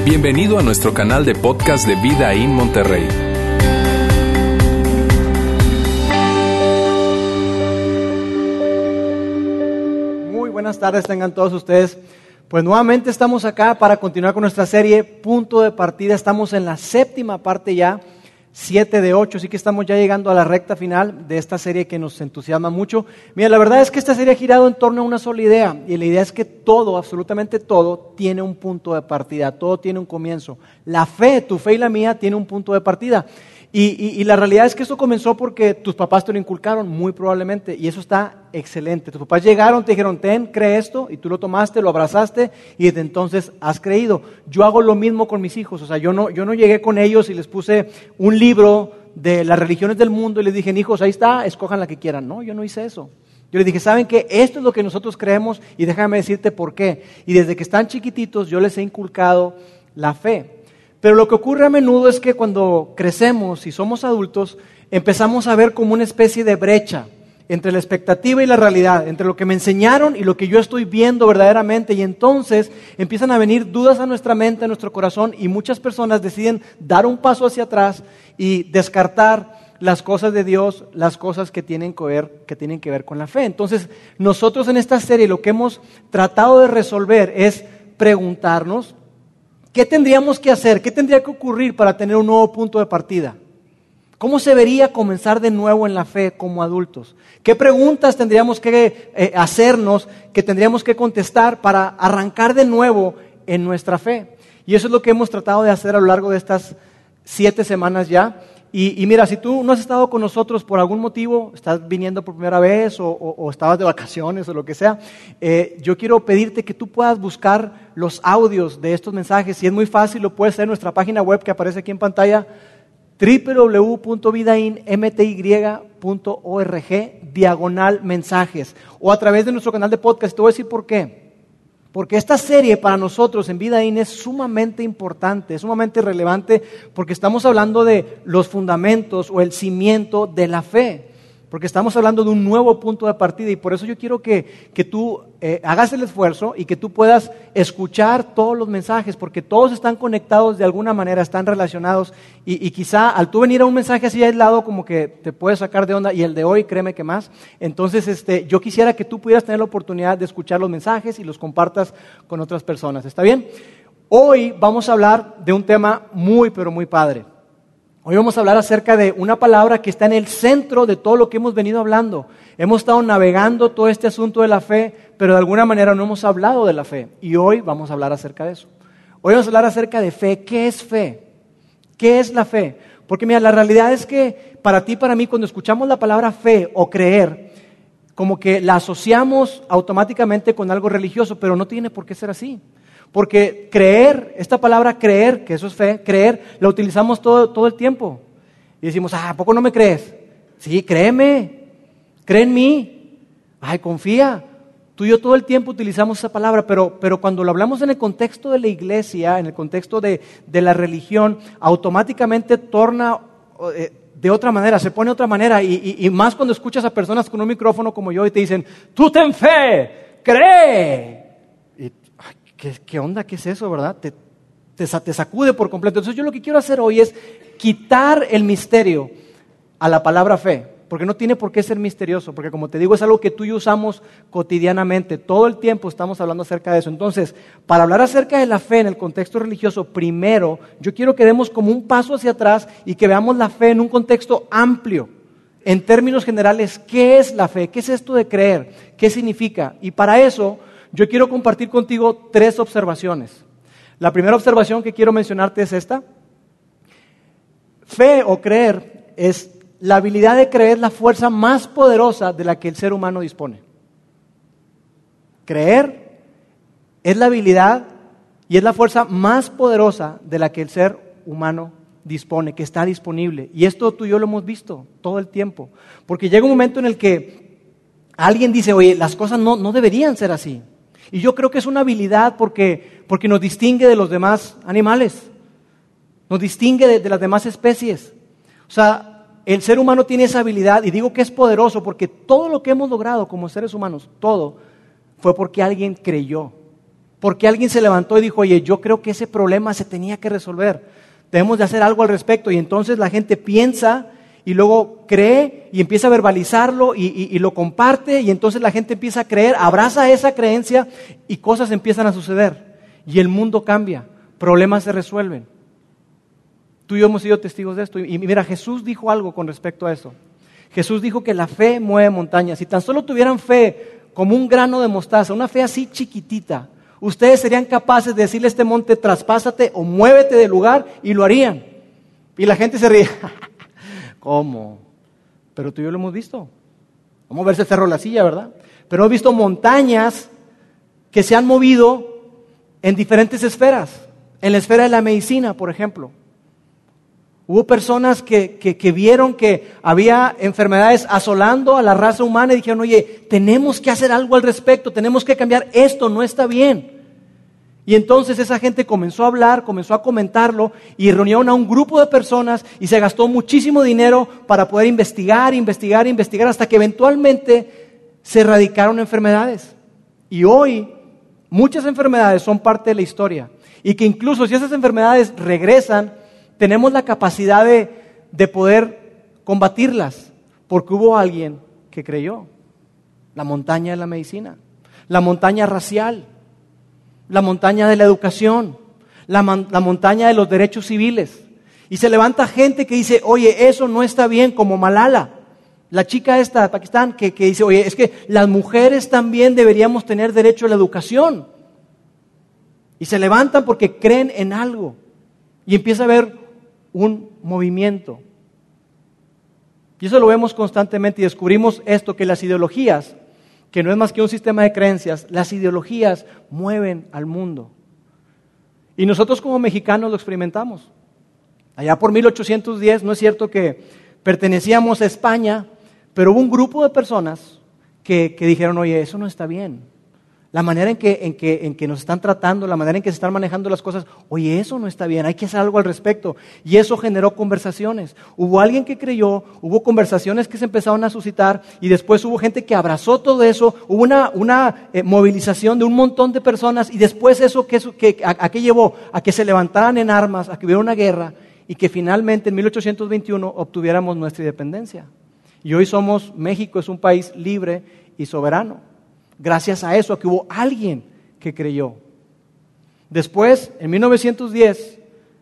Bienvenido a nuestro canal de podcast de Vida en Monterrey. Muy buenas tardes tengan todos ustedes. Pues nuevamente estamos acá para continuar con nuestra serie Punto de Partida. Estamos en la séptima parte ya, 7 de 8, así que estamos ya llegando a la recta final de esta serie que nos entusiasma mucho. Mira, la verdad es que esta serie ha girado en torno a una sola idea, y la idea es que todo, absolutamente todo, tiene un punto de partida, todo tiene un comienzo. La fe, tu fe y la mía, tiene un punto de partida. Y la realidad es que esto comenzó porque tus papás te lo inculcaron, muy probablemente, y eso está excelente. Tus papás llegaron, te dijeron, cree esto, y tú lo tomaste, lo abrazaste, y desde entonces has creído. Yo hago lo mismo con mis hijos, o sea, yo no llegué con ellos y les puse un libro de las religiones del mundo y les dije, hijos, ahí está, escojan la que quieran. No, yo no hice eso. Yo les dije, ¿saben qué? Esto es lo que nosotros creemos y déjame decirte por qué. Y desde que están chiquititos yo les he inculcado la fe. Pero lo que ocurre a menudo es que cuando crecemos y somos adultos, empezamos a ver como una especie de brecha entre la expectativa y la realidad, entre lo que me enseñaron y lo que yo estoy viendo verdaderamente. Y entonces empiezan a venir dudas a nuestra mente, a nuestro corazón, y muchas personas deciden dar un paso hacia atrás y descartar las cosas de Dios, las cosas que tienen que ver con la fe. Entonces, nosotros en esta serie lo que hemos tratado de resolver es preguntarnos, ¿qué tendríamos que hacer? ¿Qué tendría que ocurrir para tener un nuevo punto de partida? ¿Cómo se vería comenzar de nuevo en la fe como adultos? ¿Qué preguntas tendríamos que hacernos, que tendríamos que contestar para arrancar de nuevo en nuestra fe? Y eso es lo que hemos tratado de hacer a lo largo de estas 7 semanas ya. Y mira, si tú no has estado con nosotros por algún motivo, estás viniendo por primera vez o estabas de vacaciones o lo que sea, yo quiero pedirte que tú puedas buscar los audios de estos mensajes. Si es muy fácil, lo puedes hacer en nuestra página web que aparece aquí en pantalla, www.vidainmty.org/mensajes, o a través de nuestro canal de podcast. Te voy a decir por qué. Porque esta serie para nosotros en Vida In es sumamente importante, es sumamente relevante, porque estamos hablando de los fundamentos o el cimiento de la fe, porque estamos hablando de un nuevo punto de partida, y por eso yo quiero que tú hagas el esfuerzo y que tú puedas escuchar todos los mensajes, porque todos están conectados de alguna manera, están relacionados, y quizá al tú venir a un mensaje así aislado como que te puedes sacar de onda, y el de hoy créeme que más. Entonces yo quisiera que tú pudieras tener la oportunidad de escuchar los mensajes y los compartas con otras personas, ¿está bien? Hoy vamos a hablar de un tema muy pero muy padre. Hoy vamos a hablar acerca de una palabra que está en el centro de todo lo que hemos venido hablando. Hemos estado navegando todo este asunto de la fe, pero de alguna manera no hemos hablado de la fe. Y hoy vamos a hablar acerca de eso. Hoy vamos a hablar acerca de fe. ¿Qué es fe? ¿Qué es la fe? Porque mira, la realidad es que para ti y para mí, cuando escuchamos la palabra fe o creer, como que la asociamos automáticamente con algo religioso, pero no tiene por qué ser así. Porque creer, esta palabra creer, que eso es fe, creer, la utilizamos todo el tiempo. Y decimos, ¿a poco no me crees? Sí, créeme, cree en mí, ay, confía. Tú y yo todo el tiempo utilizamos esa palabra, pero cuando lo hablamos en el contexto de la iglesia, en el contexto de la religión, automáticamente torna de otra manera, se pone de otra manera. Y más cuando escuchas a personas con un micrófono como yo y te dicen, tú ten fe, cree. ¿Qué onda? ¿Qué es eso, verdad? Te sacude por completo. Entonces yo lo que quiero hacer hoy es quitar el misterio a la palabra fe, porque no tiene por qué ser misterioso, porque como te digo, es algo que tú y yo usamos cotidianamente, todo el tiempo estamos hablando acerca de eso. Entonces, para hablar acerca de la fe en el contexto religioso, primero, yo quiero que demos como un paso hacia atrás y que veamos la fe en un contexto amplio. En términos generales, ¿qué es la fe? ¿Qué es esto de creer? ¿Qué significa? Y para eso, yo quiero compartir contigo 3 observaciones. La primera observación que quiero mencionarte es esta. Fe o creer es la habilidad de creer, la fuerza más poderosa de la que el ser humano dispone. Creer es la habilidad y es la fuerza más poderosa de la que el ser humano dispone, que está disponible. Y esto tú y yo lo hemos visto todo el tiempo. Porque llega un momento en el que alguien dice, oye, las cosas no deberían ser así. Y yo creo que es una habilidad porque nos distingue de los demás animales, nos distingue de las demás especies. O sea, el ser humano tiene esa habilidad, y digo que es poderoso porque todo lo que hemos logrado como seres humanos, todo, fue porque alguien creyó. Porque alguien se levantó y dijo, oye, yo creo que ese problema se tenía que resolver. Debemos de hacer algo al respecto. Y entonces la gente piensa y luego cree y empieza a verbalizarlo y lo comparte. Y entonces la gente empieza a creer, abraza esa creencia y cosas empiezan a suceder. Y el mundo cambia, problemas se resuelven. Tú y yo hemos sido testigos de esto. Y mira, Jesús dijo algo con respecto a eso. Jesús dijo que la fe mueve montañas. Si tan solo tuvieran fe como un grano de mostaza, una fe así chiquitita, ustedes serían capaces de decirle a este monte, traspásate o muévete del lugar, y lo harían. Y la gente se ríe. ¿Cómo? Pero tú y yo lo hemos visto. Vamos a ver si cerró la silla, ¿verdad? Pero hemos visto montañas que se han movido en diferentes esferas. En la esfera de la medicina, por ejemplo. Hubo personas que vieron que había enfermedades asolando a la raza humana y dijeron, oye, tenemos que hacer algo al respecto, tenemos que cambiar, esto no está bien. Y entonces esa gente comenzó a hablar, comenzó a comentarlo y reunieron a un grupo de personas y se gastó muchísimo dinero para poder investigar hasta que eventualmente se erradicaron enfermedades. Y hoy muchas enfermedades son parte de la historia y que incluso si esas enfermedades regresan, tenemos la capacidad de poder combatirlas, porque hubo alguien que creyó. La montaña de la medicina, la montaña racial, la montaña de la educación, la montaña de los derechos civiles. Y se levanta gente que dice, oye, eso no está bien, como Malala, la chica esta de Pakistán, que dice, oye, es que las mujeres también deberíamos tener derecho a la educación. Y se levantan porque creen en algo. Y empieza a haber un movimiento. Y eso lo vemos constantemente y descubrimos esto, que las ideologías, que no es más que un sistema de creencias, las ideologías mueven al mundo. Y nosotros como mexicanos lo experimentamos. Allá por 1810, no es cierto que pertenecíamos a España, pero hubo un grupo de personas que dijeron, oye, eso no está bien. La manera en que nos están tratando, la manera en que se están manejando las cosas, oye, eso no está bien, hay que hacer algo al respecto. Y eso generó conversaciones. Hubo alguien que creyó, hubo conversaciones que se empezaron a suscitar y después hubo gente que abrazó todo eso, hubo una movilización de un montón de personas y después ¿a qué llevó? A que se levantaran en armas, a que hubiera una guerra y que finalmente en 1821 obtuviéramos nuestra independencia. Y hoy México es un país libre y soberano. Gracias a eso, a que hubo alguien que creyó. Después, en 1910,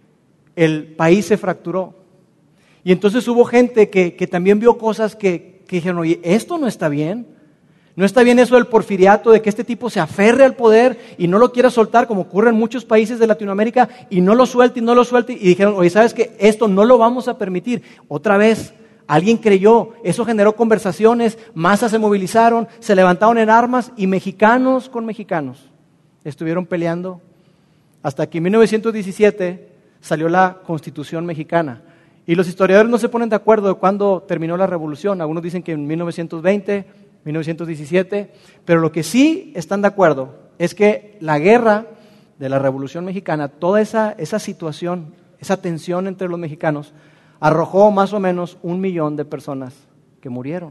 el país se fracturó. Y entonces hubo gente que también vio cosas que dijeron, oye, esto no está bien. No está bien eso del porfiriato, de que este tipo se aferre al poder y no lo quiera soltar, como ocurre en muchos países de Latinoamérica, y no lo suelte. Y dijeron, oye, ¿sabes qué? Esto no lo vamos a permitir. Otra vez, alguien creyó, eso generó conversaciones, masas se movilizaron, se levantaron en armas y mexicanos con mexicanos estuvieron peleando hasta que en 1917 salió la Constitución mexicana. Y los historiadores no se ponen de acuerdo de cuándo terminó la revolución. Algunos dicen que en 1920, 1917, pero lo que sí están de acuerdo es que la guerra de la Revolución Mexicana, toda esa situación, esa tensión entre los mexicanos, arrojó más o menos 1 millón de personas que murieron.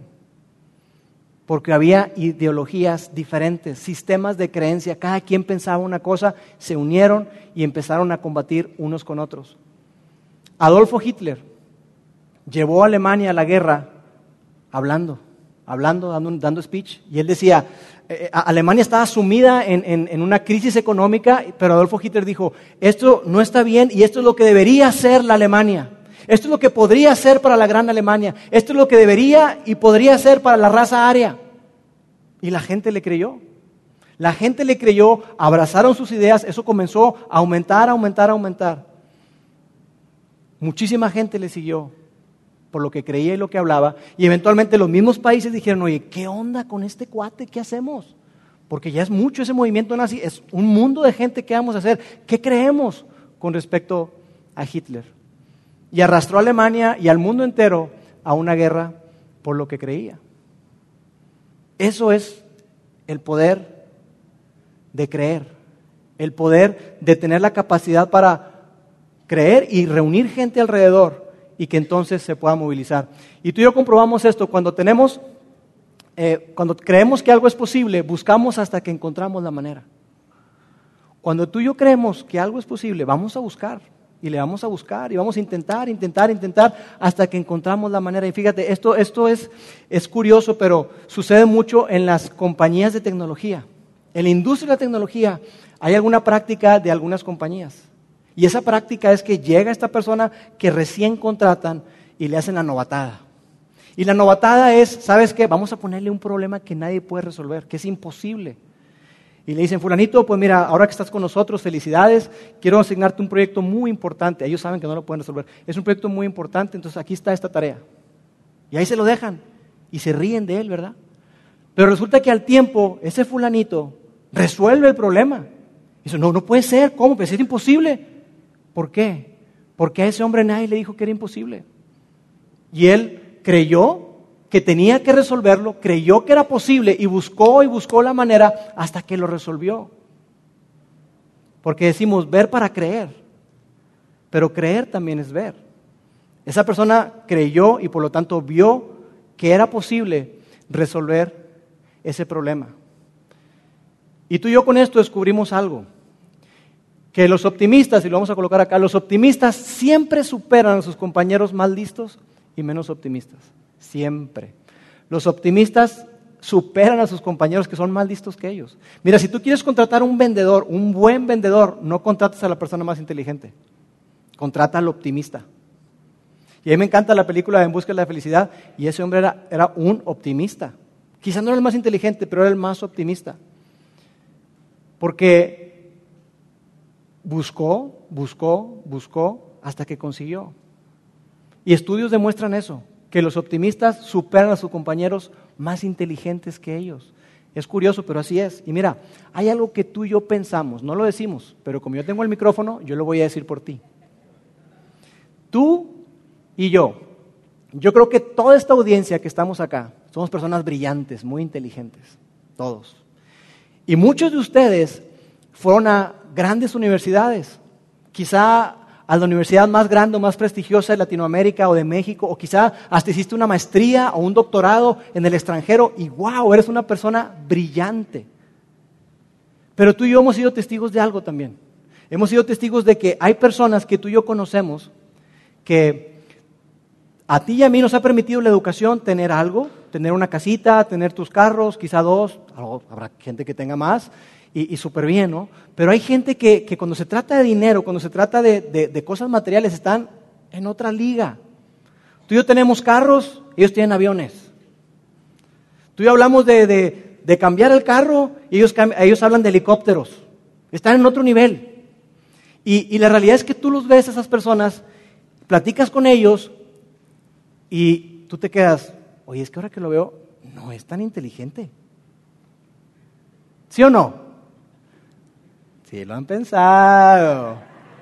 Porque había ideologías diferentes, sistemas de creencia, cada quien pensaba una cosa, se unieron y empezaron a combatir unos con otros. Adolfo Hitler llevó a Alemania a la guerra dando speech, y él decía, Alemania estaba sumida en una crisis económica, pero Adolfo Hitler dijo, esto no está bien y esto es lo que debería ser la Alemania. Esto es lo que podría ser para la gran Alemania. Esto es lo que debería y podría ser para la raza aria. Y la gente le creyó. La gente le creyó, abrazaron sus ideas, eso comenzó a aumentar. Muchísima gente le siguió por lo que creía y lo que hablaba. Y eventualmente los mismos países dijeron, oye, ¿qué onda con este cuate? ¿Qué hacemos? Porque ya es mucho ese movimiento nazi, es un mundo de gente que vamos a hacer. ¿Qué creemos con respecto a Hitler? Y arrastró a Alemania y al mundo entero a una guerra por lo que creía. Eso es el poder de creer, el poder de tener la capacidad para creer y reunir gente alrededor y que entonces se pueda movilizar. Y tú y yo comprobamos esto cuando creemos que algo es posible, buscamos hasta que encontramos la manera. Cuando tú y yo creemos que algo es posible, vamos a buscar. Y le vamos a buscar y vamos a intentar, hasta que encontramos la manera. Y fíjate, esto es curioso, pero sucede mucho en las compañías de tecnología. En la industria de la tecnología hay alguna práctica de algunas compañías. Y esa práctica es que llega esta persona que recién contratan y le hacen la novatada. Y la novatada es, ¿sabes qué? Vamos a ponerle un problema que nadie puede resolver, que es imposible. Y le dicen, fulanito, pues mira, ahora que estás con nosotros, felicidades, quiero asignarte un proyecto muy importante. Ellos saben que no lo pueden resolver. Es un proyecto muy importante, entonces aquí está esta tarea. Y ahí se lo dejan y se ríen de él, ¿verdad? Pero resulta que al tiempo, ese fulanito resuelve el problema. Y dice, no puede ser, ¿cómo? Pues es imposible. ¿Por qué? Porque a ese hombre nadie le dijo que era imposible. Y él creyó que tenía que resolverlo, creyó que era posible y buscó la manera hasta que lo resolvió. Porque decimos ver para creer, pero creer también es ver. Esa persona creyó y por lo tanto vio que era posible resolver ese problema. Y tú y yo con esto descubrimos algo, que los optimistas, y lo vamos a colocar acá, los optimistas siempre superan a sus compañeros más listos y menos optimistas. Siempre. Los optimistas superan a sus compañeros que son más listos que ellos. Mira, si tú quieres contratar a un vendedor, un buen vendedor, no contrates a la persona más inteligente. Contrata al optimista. Y a mí me encanta la película En Busca de la Felicidad, y ese hombre era un optimista. Quizá no era el más inteligente, pero era el más optimista. Porque buscó hasta que consiguió. Y estudios demuestran eso, que los optimistas superan a sus compañeros más inteligentes que ellos. Es curioso, pero así es. Y mira, hay algo que tú y yo pensamos, no lo decimos, pero como yo tengo el micrófono, yo lo voy a decir por ti. Tú y yo creo que toda esta audiencia que estamos acá, somos personas brillantes, muy inteligentes, todos. Y muchos de ustedes fueron a grandes universidades, quizá a la universidad más grande o más prestigiosa de Latinoamérica o de México, o quizá hasta hiciste una maestría o un doctorado en el extranjero y wow, eres una persona brillante. Pero tú y yo hemos sido testigos de algo también. Hemos sido testigos de que hay personas que tú y yo conocemos que a ti y a mí nos ha permitido la educación tener algo, tener una casita, tener tus carros, quizá dos, habrá gente que tenga más, y súper bien, ¿no? Pero hay gente que cuando se trata de dinero, cuando se trata de cosas materiales, están en otra liga. Tú y yo tenemos carros, ellos tienen aviones. Tú y yo hablamos de cambiar el carro, y ellos hablan de helicópteros. Están en otro nivel. Y la realidad es que tú los ves a esas personas, platicas con ellos, y tú te quedas, oye, es que ahora que lo veo, no es tan inteligente. ¿Sí o no? Sí, lo han pensado.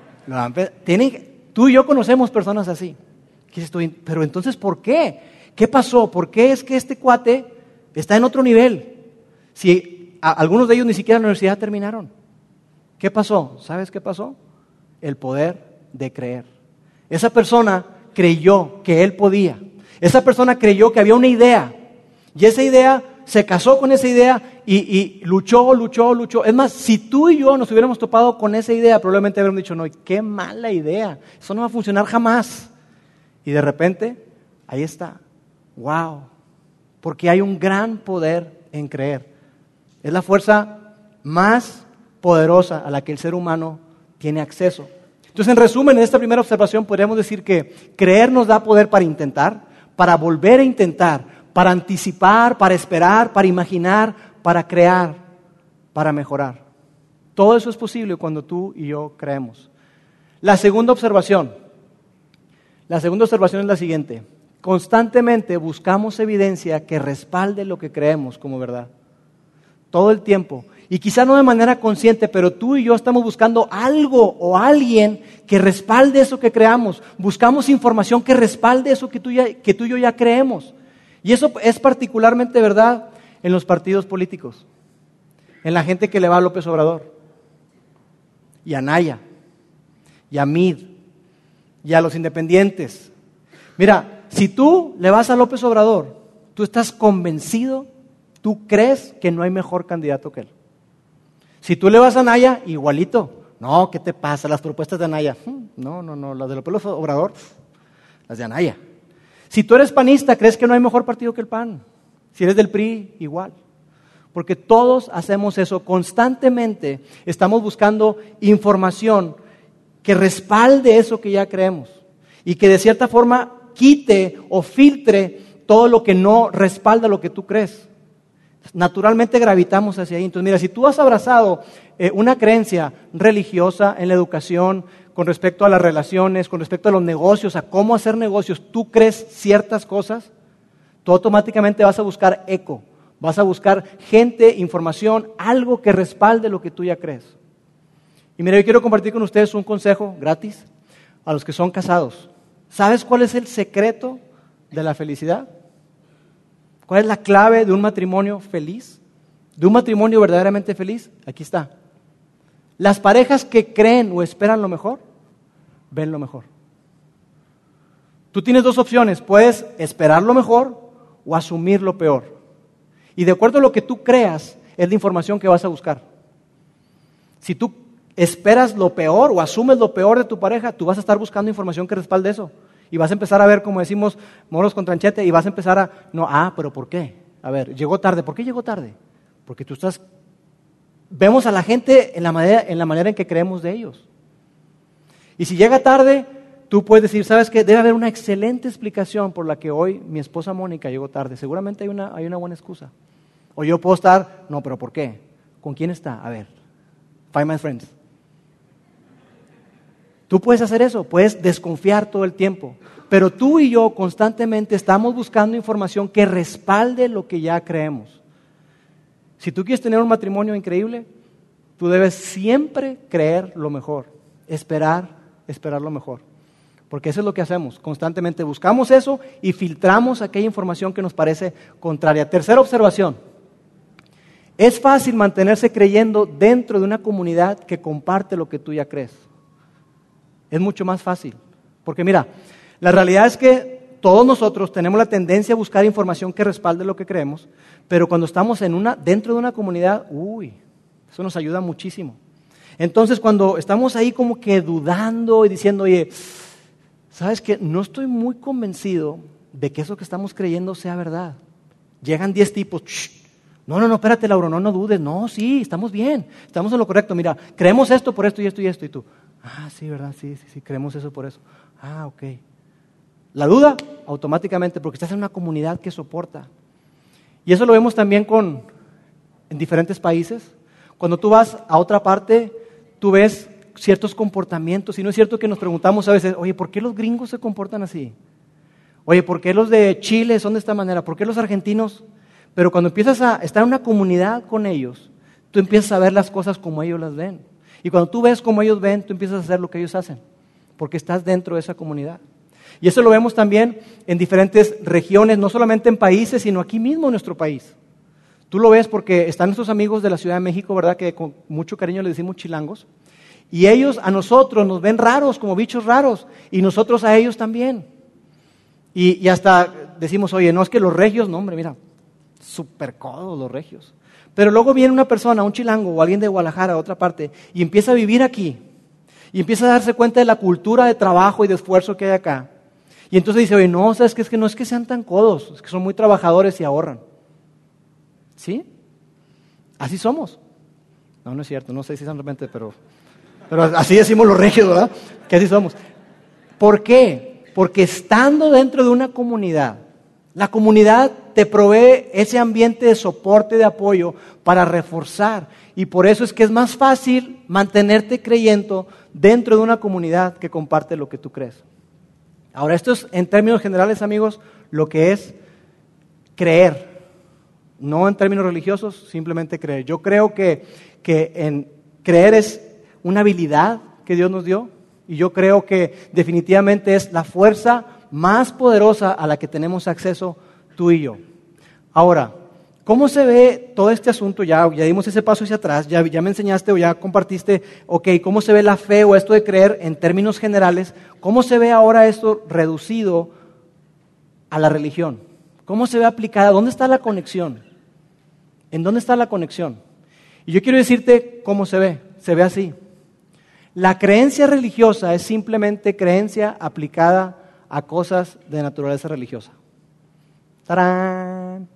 Tú y yo conocemos personas así. Pero entonces, ¿por qué? ¿Qué pasó? ¿Por qué es que este cuate está en otro nivel? Si algunos de ellos ni siquiera la universidad terminaron. ¿Qué pasó? ¿Sabes qué pasó? El poder de creer. Esa persona creyó que él podía. Esa persona creyó que había una idea. Y esa idea se casó con esa idea y luchó. Es más, si tú y yo nos hubiéramos topado con esa idea, probablemente habríamos dicho, no, qué mala idea, eso no va a funcionar jamás. Y de repente, ahí está, wow, porque hay un gran poder en creer. Es la fuerza más poderosa a la que el ser humano tiene acceso. Entonces, en resumen, en esta primera observación podríamos decir que creer nos da poder para intentar, para volver a intentar, para anticipar, para esperar, para imaginar, para crear, para mejorar. Todo eso es posible cuando tú y yo creemos. La segunda observación es la siguiente. Constantemente buscamos evidencia que respalde lo que creemos como verdad. Todo el tiempo. Y quizá no de manera consciente, pero tú y yo estamos buscando algo o alguien que respalde eso que creamos. Buscamos información que respalde eso que tú y yo ya creemos. Y eso es particularmente verdad en los partidos políticos, en la gente que le va a López Obrador, y a Naya, y a Mid, y a los independientes. Mira, si tú le vas a López Obrador, tú estás convencido, tú crees que no hay mejor candidato que él. Si tú le vas a Anaya, igualito. No, ¿qué te pasa? Las propuestas de Anaya. No, las de López Obrador, las de Anaya. Si tú eres panista, ¿crees que no hay mejor partido que el PAN? Si eres del PRI, igual. Porque todos hacemos eso constantemente. Estamos buscando información que respalde eso que ya creemos y que de cierta forma quite o filtre todo lo que no respalda lo que tú crees. Naturalmente gravitamos hacia ahí. Entonces, mira, si tú has abrazado una creencia religiosa en la educación, con respecto a las relaciones, con respecto a los negocios, a cómo hacer negocios, tú crees ciertas cosas, tú automáticamente vas a buscar eco, vas a buscar gente, información, algo que respalde lo que tú ya crees. Y mira, yo quiero compartir con ustedes un consejo gratis a los que son casados. ¿Sabes cuál es el secreto de la felicidad? ¿Cuál es la clave de un matrimonio feliz? ¿De un matrimonio verdaderamente feliz? Aquí está. Las parejas que creen o esperan lo mejor, ven lo mejor. Tú tienes dos opciones, puedes esperar lo mejor o asumir lo peor. Y de acuerdo a lo que tú creas, es la información que vas a buscar. Si tú esperas lo peor o asumes lo peor de tu pareja, tú vas a estar buscando información que respalde eso. Y vas a empezar a ver, como decimos, moros con tranchete, y vas a empezar pero ¿por qué? A ver, llegó tarde. ¿Por qué llegó tarde? Porque tú estás... Vemos a la gente en la manera en que creemos de ellos. Y si llega tarde, tú puedes decir, ¿sabes qué? Debe haber una excelente explicación por la que hoy mi esposa Mónica llegó tarde. Seguramente hay una buena excusa. O yo puedo estar, no, pero ¿por qué? ¿Con quién está? A ver, find my friends. Tú puedes hacer eso, puedes desconfiar todo el tiempo, pero tú y yo constantemente estamos buscando información que respalde lo que ya creemos. Si tú quieres tener un matrimonio increíble, tú debes siempre creer lo mejor, esperar lo mejor, porque eso es lo que hacemos, constantemente buscamos eso y filtramos aquella información que nos parece contraria. Tercera observación, es fácil mantenerse creyendo dentro de una comunidad que comparte lo que tú ya crees. Es mucho más fácil, porque mira, la realidad es que todos nosotros tenemos la tendencia a buscar información que respalde lo que creemos, pero cuando estamos dentro de una comunidad, eso nos ayuda muchísimo. Entonces, cuando estamos ahí como que dudando y diciendo, oye, ¿sabes qué? No estoy muy convencido de que eso que estamos creyendo sea verdad. Llegan 10 tipos, no, espérate, Lauro, no dudes, no, sí, estamos bien, estamos en lo correcto, mira, creemos esto por esto y esto y esto, y tú, sí, ¿verdad? Sí, creemos eso por eso. Ok. La duda, automáticamente, porque estás en una comunidad que soporta. Y eso lo vemos también en diferentes países. Cuando tú vas a otra parte, tú ves ciertos comportamientos, y no es cierto que nos preguntamos a veces, oye, ¿por qué los gringos se comportan así? Oye, ¿por qué los de Chile son de esta manera? ¿Por qué los argentinos? Pero cuando empiezas a estar en una comunidad con ellos, tú empiezas a ver las cosas como ellos las ven. Y cuando tú ves como ellos ven, tú empiezas a hacer lo que ellos hacen, porque estás dentro de esa comunidad. Y eso lo vemos también en diferentes regiones, no solamente en países, sino aquí mismo en nuestro país. Tú lo ves porque están nuestros amigos de la Ciudad de México, ¿verdad? Que con mucho cariño les decimos chilangos. Y ellos a nosotros nos ven raros, como bichos raros, y nosotros a ellos también. Y hasta decimos, oye, no es que los regios, no hombre, mira, súper codos los regios. Pero luego viene una persona, un chilango o alguien de Guadalajara, de otra parte, y empieza a vivir aquí. Y empieza a darse cuenta de la cultura de trabajo y de esfuerzo que hay acá. Y entonces dice, oye, no, ¿sabes qué? Es que no es que sean tan codos, es que son muy trabajadores y ahorran. ¿Sí? Así somos. No es cierto, no sé si simplemente, pero así decimos los regios, ¿verdad? Que así somos. ¿Por qué? Porque estando dentro de una comunidad, la comunidad te provee ese ambiente de soporte, de apoyo para reforzar. Y por eso es que es más fácil mantenerte creyendo dentro de una comunidad que comparte lo que tú crees. Ahora, esto es en términos generales, amigos, lo que es creer. No en términos religiosos, simplemente creer. Yo creo que en creer es una habilidad que Dios nos dio. Y yo creo que definitivamente es la fuerza más poderosa a la que tenemos acceso tú y yo. Ahora, ¿cómo se ve todo este asunto? Ya dimos ese paso hacia atrás, ya me enseñaste o ya compartiste, ¿cómo se ve la fe o esto de creer en términos generales? ¿Cómo se ve ahora esto reducido a la religión? ¿Cómo se ve aplicada? ¿Dónde está la conexión? ¿En dónde está la conexión? Y yo quiero decirte cómo se ve. Se ve así. La creencia religiosa es simplemente creencia aplicada a cosas de naturaleza religiosa. ¡Tarán!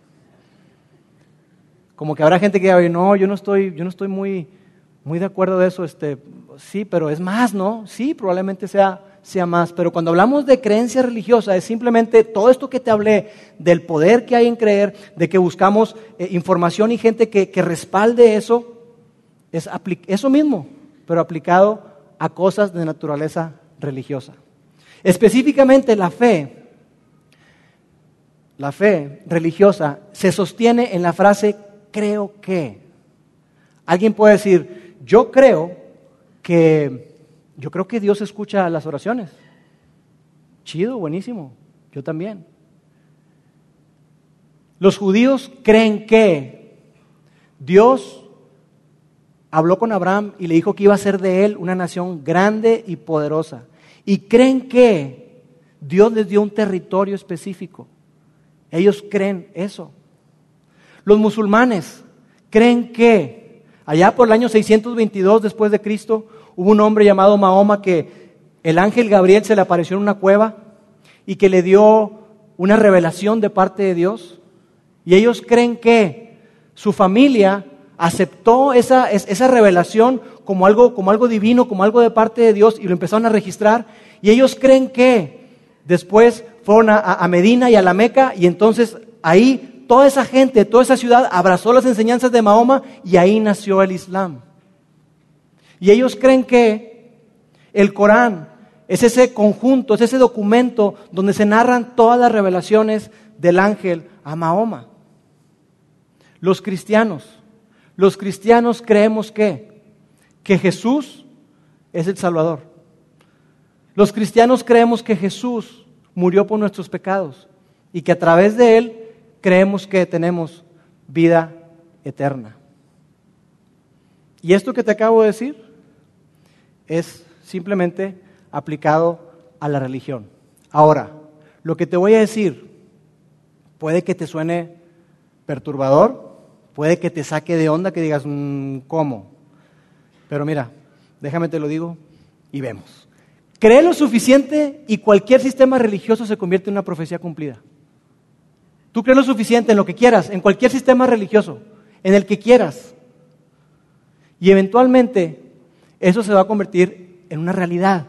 Como que habrá gente que diga, no, yo no estoy muy de acuerdo de eso. Sí, pero es más, ¿no? Sí, probablemente sea más. Pero cuando hablamos de creencia religiosa, es simplemente todo esto que te hablé, del poder que hay en creer, de que buscamos información y gente que respalde eso, es eso mismo, pero aplicado a cosas de naturaleza religiosa. Específicamente la fe religiosa se sostiene en la frase creo que. Alguien puede decir, yo creo que Dios escucha las oraciones. Chido, buenísimo, yo también. Los judíos creen que Dios habló con Abraham y le dijo que iba a ser de él una nación grande y poderosa. Y creen que Dios les dio un territorio específico. Ellos creen eso. Los musulmanes creen que allá por el año 622 después de Cristo hubo un hombre llamado Mahoma que el ángel Gabriel se le apareció en una cueva y que le dio una revelación de parte de Dios. Y ellos creen que su familia aceptó esa revelación como algo divino, como algo de parte de Dios y lo empezaron a registrar. Y ellos creen que después fueron a Medina y a la Meca y entonces ahí toda esa gente, toda esa ciudad abrazó las enseñanzas de Mahoma y ahí nació el Islam. Y ellos creen que el Corán es ese conjunto, es ese documento donde se narran todas las revelaciones del ángel a Mahoma. Los cristianos creemos que Jesús es el Salvador. Los cristianos creemos que Jesús murió por nuestros pecados y que a través de Él creemos que tenemos vida eterna. Y esto que te acabo de decir es simplemente aplicado a la religión. Ahora, lo que te voy a decir puede que te suene perturbador, puede que te saque de onda, que digas, ¿cómo? Pero mira, déjame te lo digo y vemos. Cree lo suficiente y cualquier sistema religioso se convierte en una profecía cumplida. Tú crees lo suficiente en lo que quieras, en cualquier sistema religioso, en el que quieras. Y eventualmente eso se va a convertir en una realidad.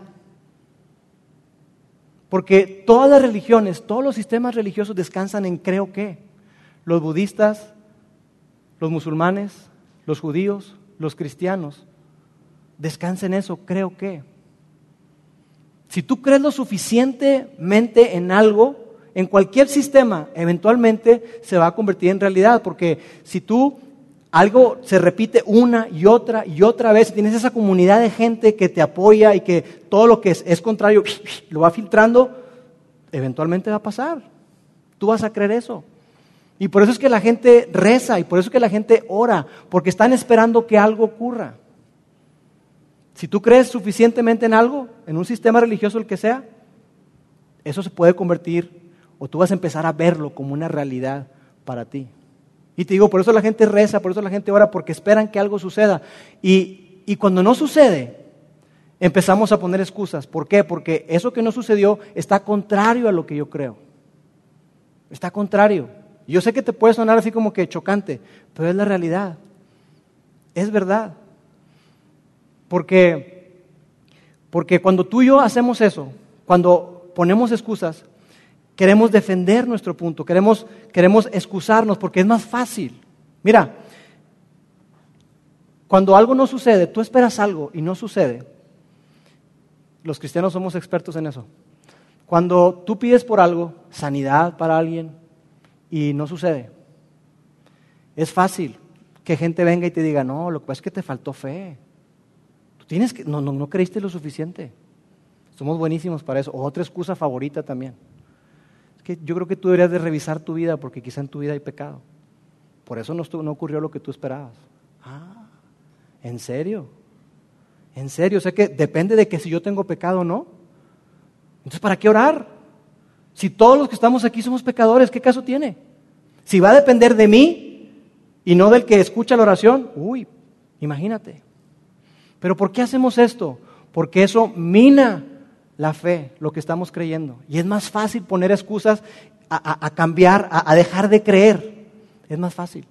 Porque todas las religiones, todos los sistemas religiosos descansan en creo que. Los budistas, los musulmanes, los judíos, los cristianos, descansan en eso, creo que. Si tú crees lo suficientemente en algo, en cualquier sistema, eventualmente se va a convertir en realidad, porque si tú algo se repite una y otra vez, tienes esa comunidad de gente que te apoya y que todo lo que es contrario lo va filtrando, eventualmente va a pasar. Tú vas a creer eso. Y por eso es que la gente reza y por eso es que la gente ora, porque están esperando que algo ocurra. Si tú crees suficientemente en algo, en un sistema religioso el que sea, eso se puede convertir o tú vas a empezar a verlo como una realidad para ti. Y te digo, por eso la gente reza, por eso la gente ora, porque esperan que algo suceda. Y cuando no sucede, empezamos a poner excusas. ¿Por qué? Porque eso que no sucedió está contrario a lo que yo creo. Está contrario. Yo sé que te puede sonar así como que chocante, pero es la realidad. Es verdad. Porque cuando tú y yo hacemos eso, cuando ponemos excusas, queremos defender nuestro punto, queremos excusarnos porque es más fácil. Mira, cuando algo no sucede, tú esperas algo y no sucede. Los cristianos somos expertos en eso. Cuando tú pides por algo, sanidad para alguien, y no sucede, es fácil que gente venga y te diga, no, lo que pasa es que te faltó fe. Tú tienes que, no creíste lo suficiente. Somos buenísimos para eso. O otra excusa favorita también. Que yo creo que tú deberías de revisar tu vida porque quizá en tu vida hay pecado. Por eso no ocurrió lo que tú esperabas. Ah, ¿en serio? ¿En serio? O sea que depende de que si yo tengo pecado o no. Entonces, ¿para qué orar? Si todos los que estamos aquí somos pecadores, ¿qué caso tiene? Si va a depender de mí, y no del que escucha la oración, imagínate. Pero ¿por qué hacemos esto? Porque eso mina la fe, lo que estamos creyendo. Y es más fácil poner excusas a cambiar, a dejar de creer. Es más fácil.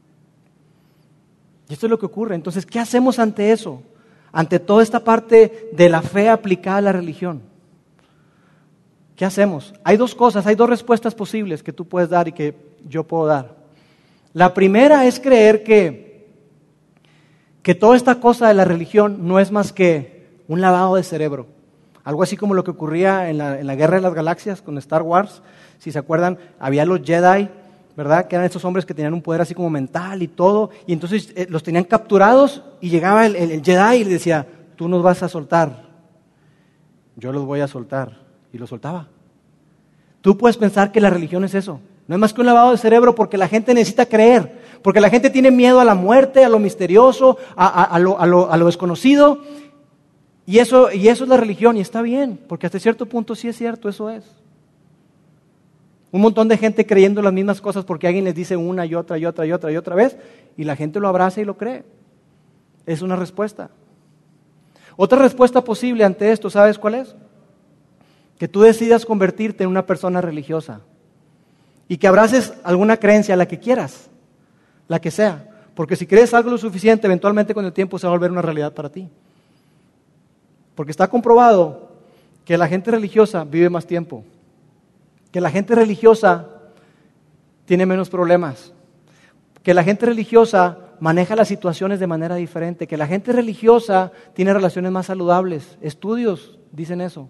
Y esto es lo que ocurre. Entonces, ¿qué hacemos ante eso? Ante toda esta parte de la fe aplicada a la religión. ¿Qué hacemos? Hay dos cosas, hay dos respuestas posibles que tú puedes dar y que yo puedo dar. La primera es creer que toda esta cosa de la religión no es más que un lavado de cerebro. Algo así como lo que ocurría en la Guerra de las Galaxias con Star Wars. Si se acuerdan, había los Jedi, ¿verdad? Que eran estos hombres que tenían un poder así como mental y todo. Y entonces los tenían capturados y llegaba el Jedi y le decía, tú nos vas a soltar. Yo los voy a soltar. Y los soltaba. Tú puedes pensar que la religión es eso. No es más que un lavado de cerebro porque la gente necesita creer. Porque la gente tiene miedo a la muerte, a lo misterioso, a lo desconocido. Y eso es la religión y está bien. Porque hasta cierto punto sí es cierto, eso es. Un montón de gente creyendo las mismas cosas porque alguien les dice una y otra y otra y otra y otra vez y la gente lo abraza y lo cree. Es una respuesta. Otra respuesta posible ante esto, ¿sabes cuál es? Que tú decidas convertirte en una persona religiosa y que abraces alguna creencia, la que quieras, la que sea. Porque si crees algo lo suficiente, eventualmente con el tiempo se va a volver una realidad para ti. Porque está comprobado que la gente religiosa vive más tiempo. Que la gente religiosa tiene menos problemas, que la gente religiosa maneja las situaciones de manera diferente, que la gente religiosa tiene relaciones más saludables. Estudios dicen eso.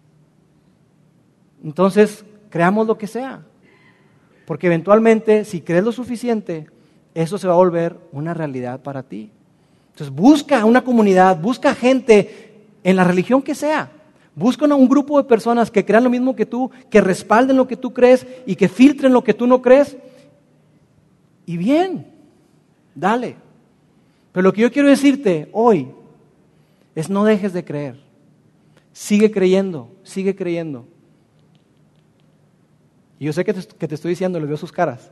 Entonces, creamos lo que sea, porque eventualmente, si crees lo suficiente, eso se va a volver una realidad para ti. Entonces, busca una comunidad, busca gente en la religión que sea. Busca un grupo de personas que crean lo mismo que tú, que respalden lo que tú crees y que filtren lo que tú no crees. Y bien, dale. Pero lo que yo quiero decirte hoy es no dejes de creer. Sigue creyendo, sigue creyendo. Y yo sé que te estoy diciendo, les veo sus caras.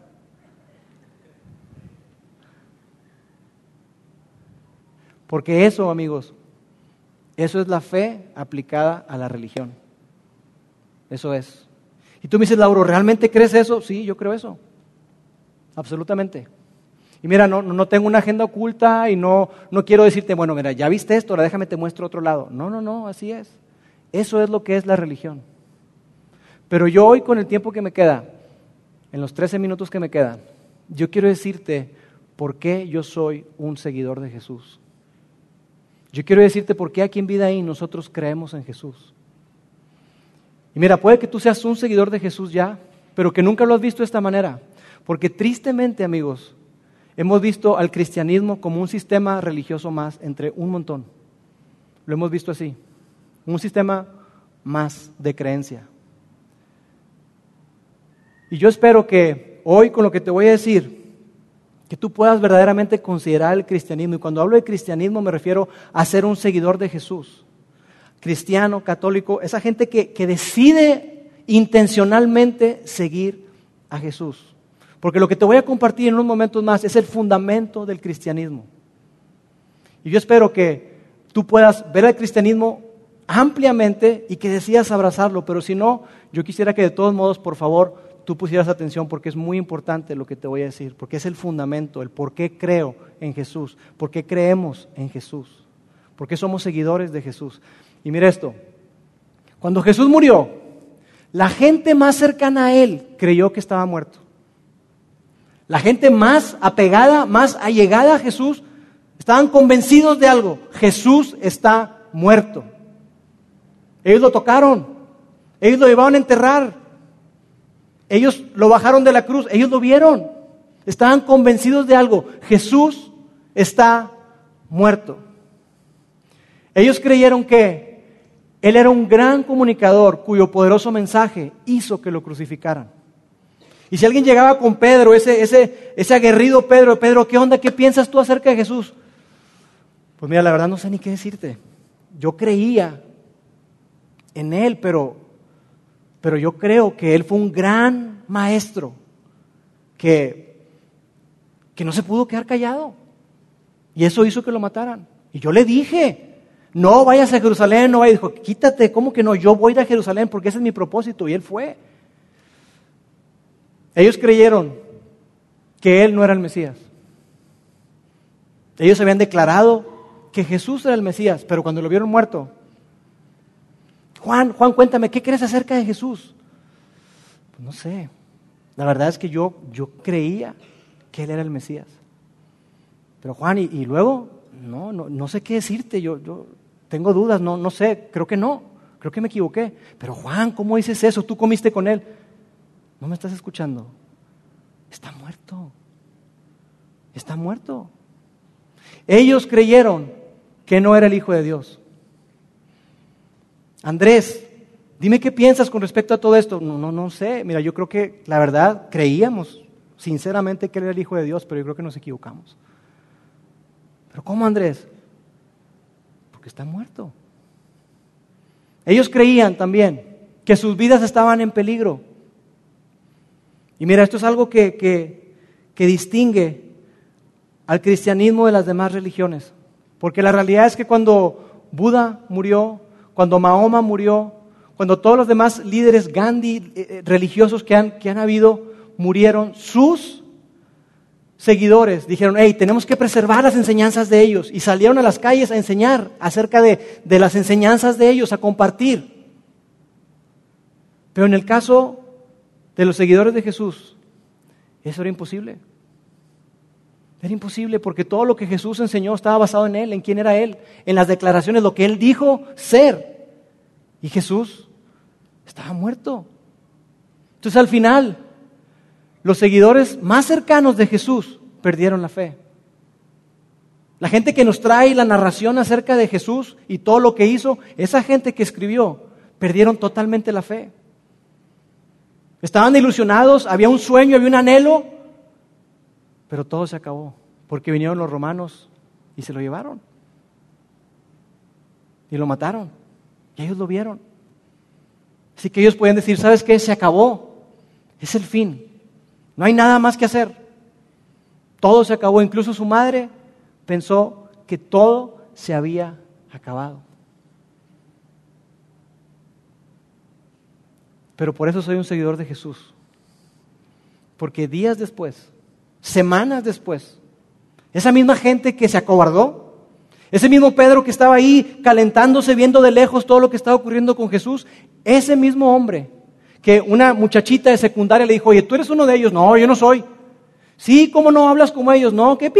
Porque eso, amigos, eso es la fe aplicada a la religión. Eso es. Y tú me dices, Lauro, ¿realmente crees eso? Sí, yo creo eso. Absolutamente. Y mira, no tengo una agenda oculta y no quiero decirte, bueno, mira, ya viste esto, ahora déjame te muestro otro lado. No, así es. Eso es lo que es la religión. Pero yo hoy, con el tiempo que me queda, en los 13 minutos que me quedan, yo quiero decirte por qué yo soy un seguidor de Jesús. Yo quiero decirte por qué aquí en Vida Ahí nosotros creemos en Jesús. Y mira, puede que tú seas un seguidor de Jesús ya, pero que nunca lo has visto de esta manera. Porque tristemente, amigos, hemos visto al cristianismo como un sistema religioso más entre un montón. Lo hemos visto así. Un sistema más de creencia. Y yo espero que hoy, con lo que te voy a decir, que tú puedas verdaderamente considerar el cristianismo. Y cuando hablo de cristianismo me refiero a ser un seguidor de Jesús. Cristiano, católico, esa gente que decide intencionalmente seguir a Jesús. Porque lo que te voy a compartir en unos momentos más es el fundamento del cristianismo. Y yo espero que tú puedas ver el cristianismo ampliamente y que decidas abrazarlo. Pero si no, yo quisiera que de todos modos, por favor, tú pusieras atención porque es muy importante lo que te voy a decir, porque es el fundamento, el por qué creo en Jesús, por qué creemos en Jesús, por qué somos seguidores de Jesús. Y mira esto, cuando Jesús murió, la gente más cercana a Él creyó que estaba muerto. La gente más apegada, más allegada a Jesús, estaban convencidos de algo: Jesús está muerto. Ellos lo tocaron, ellos lo llevaron a enterrar. Ellos lo bajaron de la cruz, ellos lo vieron, estaban convencidos de algo: Jesús está muerto. Ellos creyeron que Él era un gran comunicador cuyo poderoso mensaje hizo que lo crucificaran. Y si alguien llegaba con Pedro, ese aguerrido Pedro, ¿qué onda? ¿Qué piensas tú acerca de Jesús? Pues mira, la verdad no sé ni qué decirte. Yo creía en Él, pero yo creo que Él fue un gran maestro que que no se pudo quedar callado. Y eso hizo que lo mataran. Y yo le dije, no vayas a Jerusalén, no vayas. Dijo, quítate, ¿cómo que no? Yo voy a ir a Jerusalén porque ese es mi propósito. Y él fue. Ellos creyeron que él no era el Mesías. Ellos habían declarado que Jesús era el Mesías, pero cuando lo vieron muerto, Juan, cuéntame, ¿qué crees acerca de Jesús? Pues no sé. La verdad es que yo creía que él era el Mesías. Pero Juan, ¿y luego? No sé qué decirte, yo tengo dudas, no sé, creo que no, creo que me equivoqué. Pero Juan, ¿cómo dices eso? ¿Tú comiste con él? ¿No me estás escuchando? Está muerto. Está muerto. Ellos creyeron que no era el Hijo de Dios. Andrés, dime qué piensas con respecto a todo esto. No sé. Mira, yo creo que la verdad creíamos sinceramente que él era el Hijo de Dios, pero yo creo que nos equivocamos. ¿Pero cómo, Andrés? Porque está muerto. Ellos creían también que sus vidas estaban en peligro. Y mira, esto es algo que distingue al cristianismo de las demás religiones. Porque la realidad es que cuando Buda murió, cuando Mahoma murió, cuando todos los demás líderes Gandhi religiosos que han habido murieron, sus seguidores dijeron, hey, tenemos que preservar las enseñanzas de ellos. Y salieron a las calles a enseñar acerca de las enseñanzas de ellos, a compartir. Pero en el caso de los seguidores de Jesús, eso era imposible. Era imposible porque todo lo que Jesús enseñó estaba basado en Él, en quién era Él, en las declaraciones, lo que Él dijo ser. Y Jesús estaba muerto. Entonces al final, los seguidores más cercanos de Jesús perdieron la fe. La gente que nos trae la narración acerca de Jesús y todo lo que hizo, esa gente que escribió, perdieron totalmente la fe. Estaban ilusionados, había un sueño, había un anhelo, pero todo se acabó, porque vinieron los romanos y se lo llevaron. Y lo mataron. Y ellos lo vieron. Así que ellos podían decir, ¿sabes qué? Se acabó. Es el fin. No hay nada más que hacer. Todo se acabó. Incluso su madre pensó que todo se había acabado. Pero por eso soy un seguidor de Jesús. Porque días después, semanas después, esa misma gente que se acobardó, ese mismo Pedro que estaba ahí calentándose, viendo de lejos todo lo que estaba ocurriendo con Jesús, ese mismo hombre que una muchachita de secundaria le dijo, oye, ¿tú eres uno de ellos? No, yo no soy. Sí, ¿cómo no hablas como ellos? No, que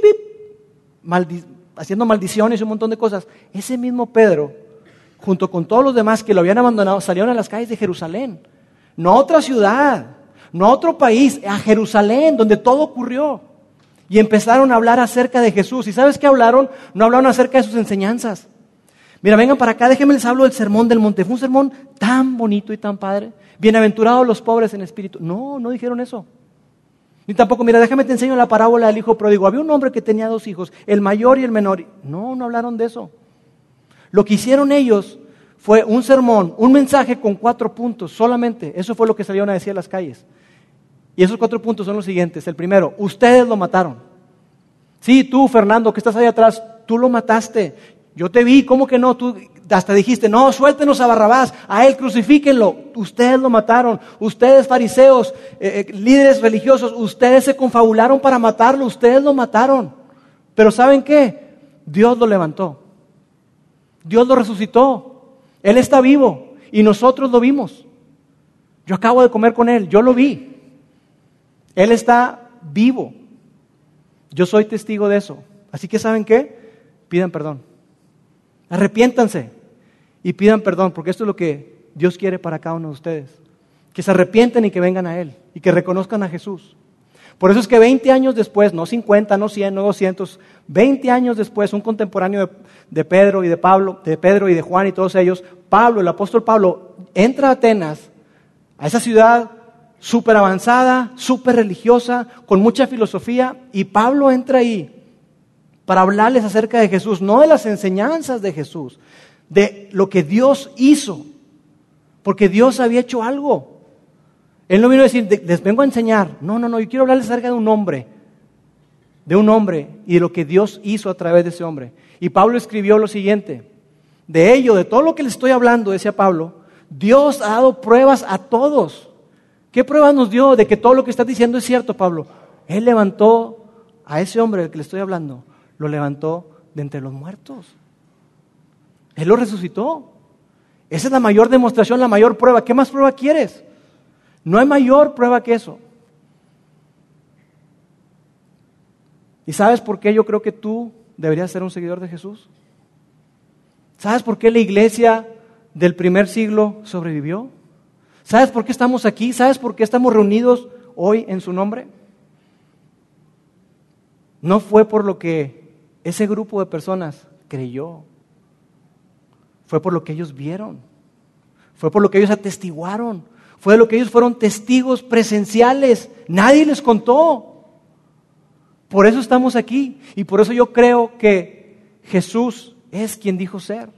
haciendo maldiciones y un montón de cosas. Ese mismo Pedro, junto con todos los demás que lo habían abandonado, salieron a las calles de Jerusalén. No a otra ciudad, no a otro país, a Jerusalén, donde todo ocurrió. Y empezaron a hablar acerca de Jesús. ¿Y sabes qué hablaron? No hablaron acerca de sus enseñanzas. Mira, vengan para acá, déjenme les hablo del sermón del monte. Fue un sermón tan bonito y tan padre. Bienaventurados los pobres en espíritu. No dijeron eso. Ni tampoco, mira, déjame te enseño la parábola del hijo pródigo. Había un hombre que tenía 2 hijos, el mayor y el menor. No hablaron de eso. Lo que hicieron ellos fue un sermón, un mensaje con 4 puntos solamente. Eso fue lo que salieron a decir a las calles. Y esos 4 puntos son los siguientes. El primero, ustedes lo mataron. Sí, tú, Fernando, que estás ahí atrás, tú lo mataste. Yo te vi, ¿cómo que no? Tú hasta dijiste, no, suéltenos a Barrabás, a él crucifíquenlo. Ustedes lo mataron. Ustedes, fariseos, líderes religiosos, ustedes se confabularon para matarlo. Ustedes lo mataron. Pero ¿saben qué? Dios lo levantó. Dios lo resucitó. Él está vivo y nosotros lo vimos. Yo acabo de comer con él, yo lo vi. Él está vivo. Yo soy testigo de eso. Así que ¿saben qué? Pidan perdón. Arrepiéntanse y pidan perdón, porque esto es lo que Dios quiere para cada uno de ustedes. Que se arrepienten y que vengan a Él y que reconozcan a Jesús. Por eso es que 20 años después, no 50, no 100, no 200, 20 años después, un contemporáneo de Pedro y de Pablo, de Pedro y de Juan y todos ellos, Pablo, el apóstol Pablo, entra a Atenas, a esa ciudad súper avanzada, súper religiosa, con mucha filosofía, y Pablo entra ahí para hablarles acerca de Jesús, no de las enseñanzas de Jesús, de lo que Dios hizo, porque Dios había hecho algo. Él no vino a decir, les vengo a enseñar. No, yo quiero hablarles acerca de un hombre de un hombre y de lo que Dios hizo a través de ese hombre. Y Pablo escribió lo siguiente: de ello, de todo lo que les estoy hablando, decía Pablo, Dios ha dado pruebas a todos. ¿Qué pruebas nos dio de que todo lo que estás diciendo es cierto, Pablo? Él levantó a ese hombre del que le estoy hablando, lo levantó de entre los muertos. Él lo resucitó. Esa es la mayor demostración, la mayor prueba. ¿Qué más prueba quieres? No hay mayor prueba que eso. ¿Y sabes por qué yo creo que tú deberías ser un seguidor de Jesús? ¿Sabes por qué la iglesia del primer siglo sobrevivió? ¿Sabes por qué estamos aquí? ¿Sabes por qué estamos reunidos hoy en su nombre? No fue por lo que ese grupo de personas creyó. Fue por lo que ellos vieron. Fue por lo que ellos atestiguaron. Fue de lo que ellos fueron testigos presenciales. Nadie les contó. Por eso estamos aquí. Y por eso yo creo que Jesús es quien dijo ser.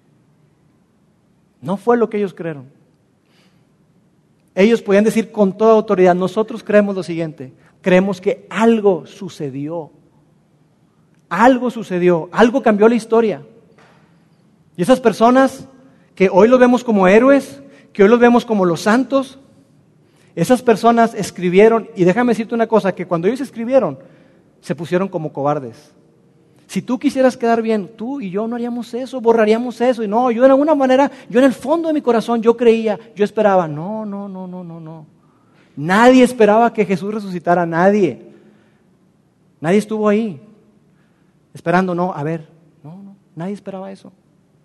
No fue lo que ellos creyeron. Ellos podían decir con toda autoridad: nosotros creemos lo siguiente. Creemos que algo sucedió. Algo sucedió. Algo cambió la historia. Y esas personas que hoy los vemos como héroes, que hoy los vemos como los santos, esas personas escribieron, y déjame decirte una cosa, que cuando ellos escribieron, se pusieron como cobardes. Si tú quisieras quedar bien, tú y yo no haríamos eso, borraríamos eso. Y no, yo de alguna manera, yo en el fondo de mi corazón, yo creía, yo esperaba. No. Nadie esperaba que Jesús resucitara, nadie. Nadie estuvo ahí esperando, no, nadie esperaba eso.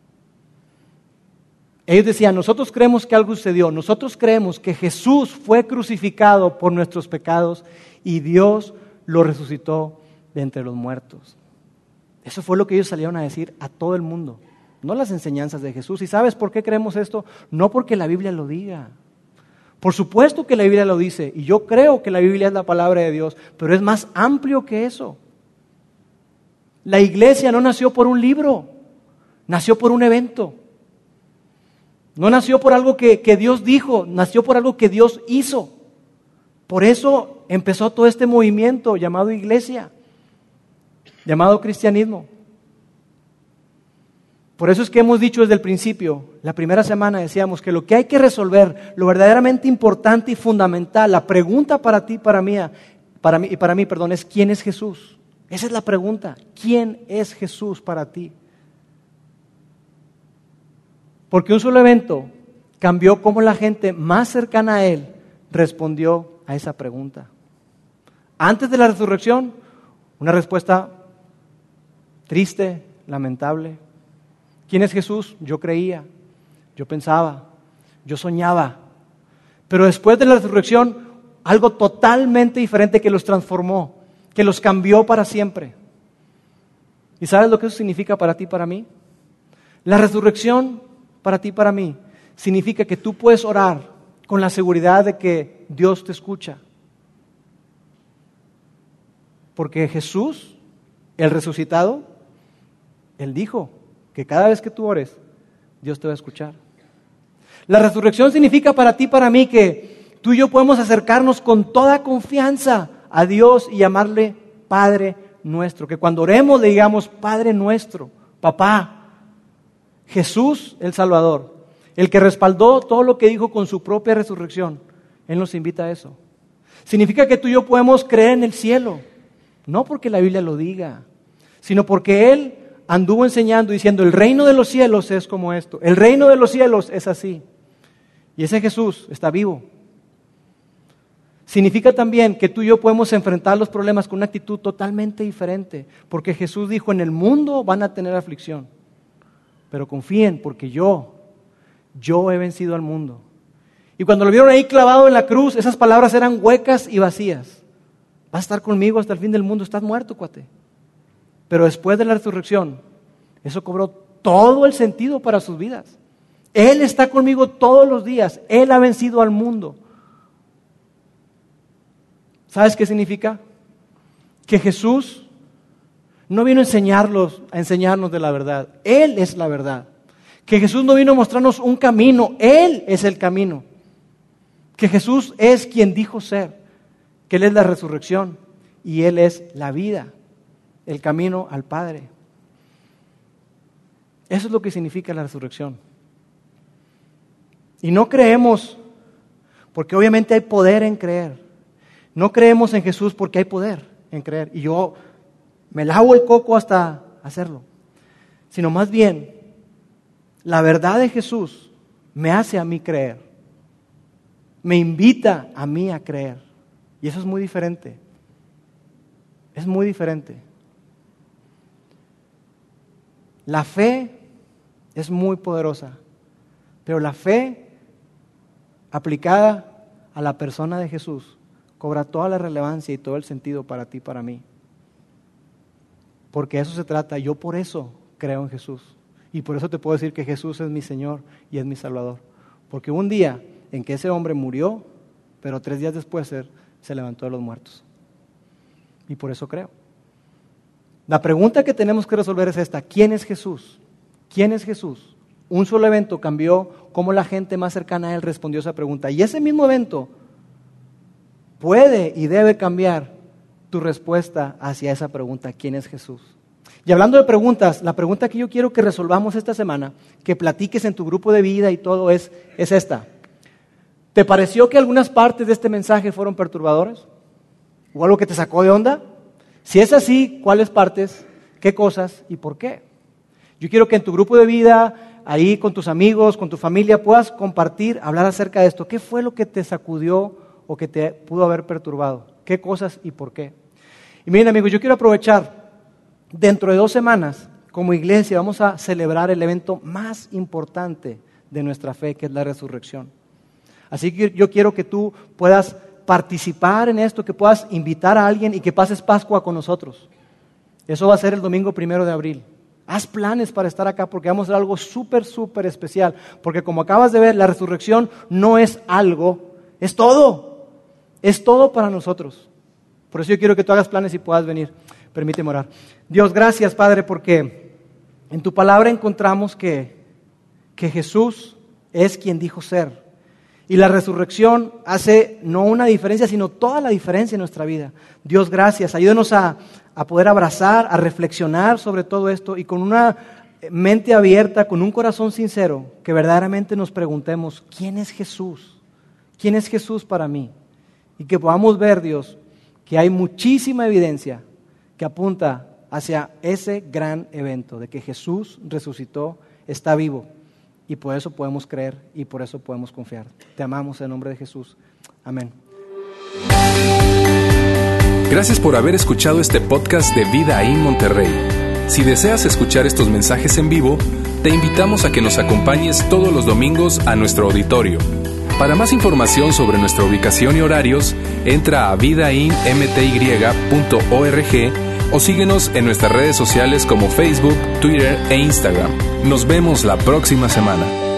Ellos decían: nosotros creemos que algo sucedió, nosotros creemos que Jesús fue crucificado por nuestros pecados y Dios lo resucitó de entre los muertos. Eso fue lo que ellos salieron a decir a todo el mundo, no las enseñanzas de Jesús. ¿Y sabes por qué creemos esto? No porque la Biblia lo diga. Por supuesto que la Biblia lo dice, y yo creo que la Biblia es la palabra de Dios, pero es más amplio que eso. La iglesia no nació por un libro, nació por un evento. No nació por algo que Dios dijo, nació por algo que Dios hizo. Por eso empezó todo este movimiento llamado iglesia, llamado cristianismo. Por eso es que hemos dicho desde el principio, la primera semana decíamos que lo que hay que resolver, lo verdaderamente importante y fundamental, la pregunta para ti, para mí, es ¿quién es Jesús? Esa es la pregunta. ¿Quién es Jesús para ti? Porque un solo evento cambió cómo la gente más cercana a Él respondió a esa pregunta. Antes de la resurrección, una respuesta triste, lamentable. ¿Quién es Jesús? Yo creía, yo pensaba, yo soñaba. Pero después de la resurrección, algo totalmente diferente que los transformó, que los cambió para siempre. ¿Y sabes lo que eso significa para ti y para mí? La resurrección para ti y para mí significa que tú puedes orar con la seguridad de que Dios te escucha. Porque Jesús, el resucitado, Él dijo que cada vez que tú ores, Dios te va a escuchar. La resurrección significa para ti y para mí que tú y yo podemos acercarnos con toda confianza a Dios y llamarle Padre nuestro. Que cuando oremos le digamos Padre nuestro, Papá. Jesús el Salvador, el que respaldó todo lo que dijo con su propia resurrección, Él nos invita a eso. Significa que tú y yo podemos creer en el cielo, no porque la Biblia lo diga, sino porque Él anduvo enseñando diciendo: el reino de los cielos es como esto, el reino de los cielos es así. Y ese Jesús está vivo. Significa también que tú y yo podemos enfrentar los problemas con una actitud totalmente diferente, porque Jesús dijo: en el mundo van a tener aflicción, pero confíen porque yo he vencido al mundo. Y cuando lo vieron ahí clavado en la cruz, esas palabras eran huecas y vacías. Vas a estar conmigo hasta el fin del mundo, estás muerto, cuate. Pero después de la resurrección, eso cobró todo el sentido para sus vidas. Él está conmigo todos los días, Él ha vencido al mundo. ¿Sabes qué significa? Que Jesús no vino a enseñarnos de la verdad. Él es la verdad. Que Jesús no vino a mostrarnos un camino. Él es el camino. Que Jesús es quien dijo ser. Que Él es la resurrección y Él es la vida. el camino al Padre. Eso es lo que significa la resurrección. Y no creemos, porque obviamente hay poder en creer. No creemos en Jesús porque hay poder en creer. Y yo me lavo el coco hasta hacerlo. Sino más bien, la verdad de Jesús me hace a mí creer. Me invita a mí a creer. Y eso es muy diferente. Es muy diferente. La fe es muy poderosa, pero la fe aplicada a la persona de Jesús cobra toda la relevancia y todo el sentido para ti y para mí. Porque eso se trata. Yo por eso creo en Jesús. Y por eso te puedo decir que Jesús es mi Señor y es mi Salvador. Porque hubo un día en que ese hombre murió, pero 3 días después se levantó de los muertos. Y por eso creo. La pregunta que tenemos que resolver es esta: ¿quién es Jesús? ¿Quién es Jesús? Un solo evento cambió cómo la gente más cercana a Él respondió esa pregunta. Y ese mismo evento puede y debe cambiar tu respuesta hacia esa pregunta: ¿quién es Jesús? Y hablando de preguntas, la pregunta que yo quiero que resolvamos esta semana, que platiques en tu grupo de vida y todo, es esta. ¿Te pareció que algunas partes de este mensaje fueron perturbadoras? ¿O algo que te sacó de onda? Si es así, ¿cuáles partes, qué cosas y por qué? Yo quiero que en tu grupo de vida, ahí con tus amigos, con tu familia, puedas compartir, hablar acerca de esto. ¿Qué fue lo que te sacudió o que te pudo haber perturbado? ¿Qué cosas y por qué? Y miren, amigos, yo quiero aprovechar, dentro de 2 semanas, como iglesia, vamos a celebrar el evento más importante de nuestra fe, que es la resurrección. Así que yo quiero que tú puedas participar en esto, que puedas invitar a alguien y que pases Pascua con nosotros. Eso va a ser el domingo 1 de abril. Haz planes para estar acá porque vamos a hacer algo súper, súper especial. Porque como acabas de ver, la resurrección no es algo, es todo. Es todo para nosotros. Por eso yo quiero que tú hagas planes y puedas venir. Permíteme orar. Dios, gracias, Padre, porque en tu palabra encontramos que Jesús es quien dijo ser. Y la resurrección hace no una diferencia, sino toda la diferencia en nuestra vida. Dios, gracias. Ayúdanos a poder abrazar, a reflexionar sobre todo esto y con una mente abierta, con un corazón sincero, que verdaderamente nos preguntemos: ¿quién es Jesús? ¿Quién es Jesús para mí? Y que podamos ver, Dios, que hay muchísima evidencia que apunta hacia ese gran evento de que Jesús resucitó, está vivo. Y por eso podemos creer y por eso podemos confiar. Te amamos en el nombre de Jesús. Amén. Gracias por haber escuchado este podcast de Vida en Monterrey. Si deseas escuchar estos mensajes en vivo, te invitamos a que nos acompañes todos los domingos a nuestro auditorio. Para más información sobre nuestra ubicación y horarios, entra a vidainmty.org o síguenos en nuestras redes sociales como Facebook, Twitter e Instagram. Nos vemos la próxima semana.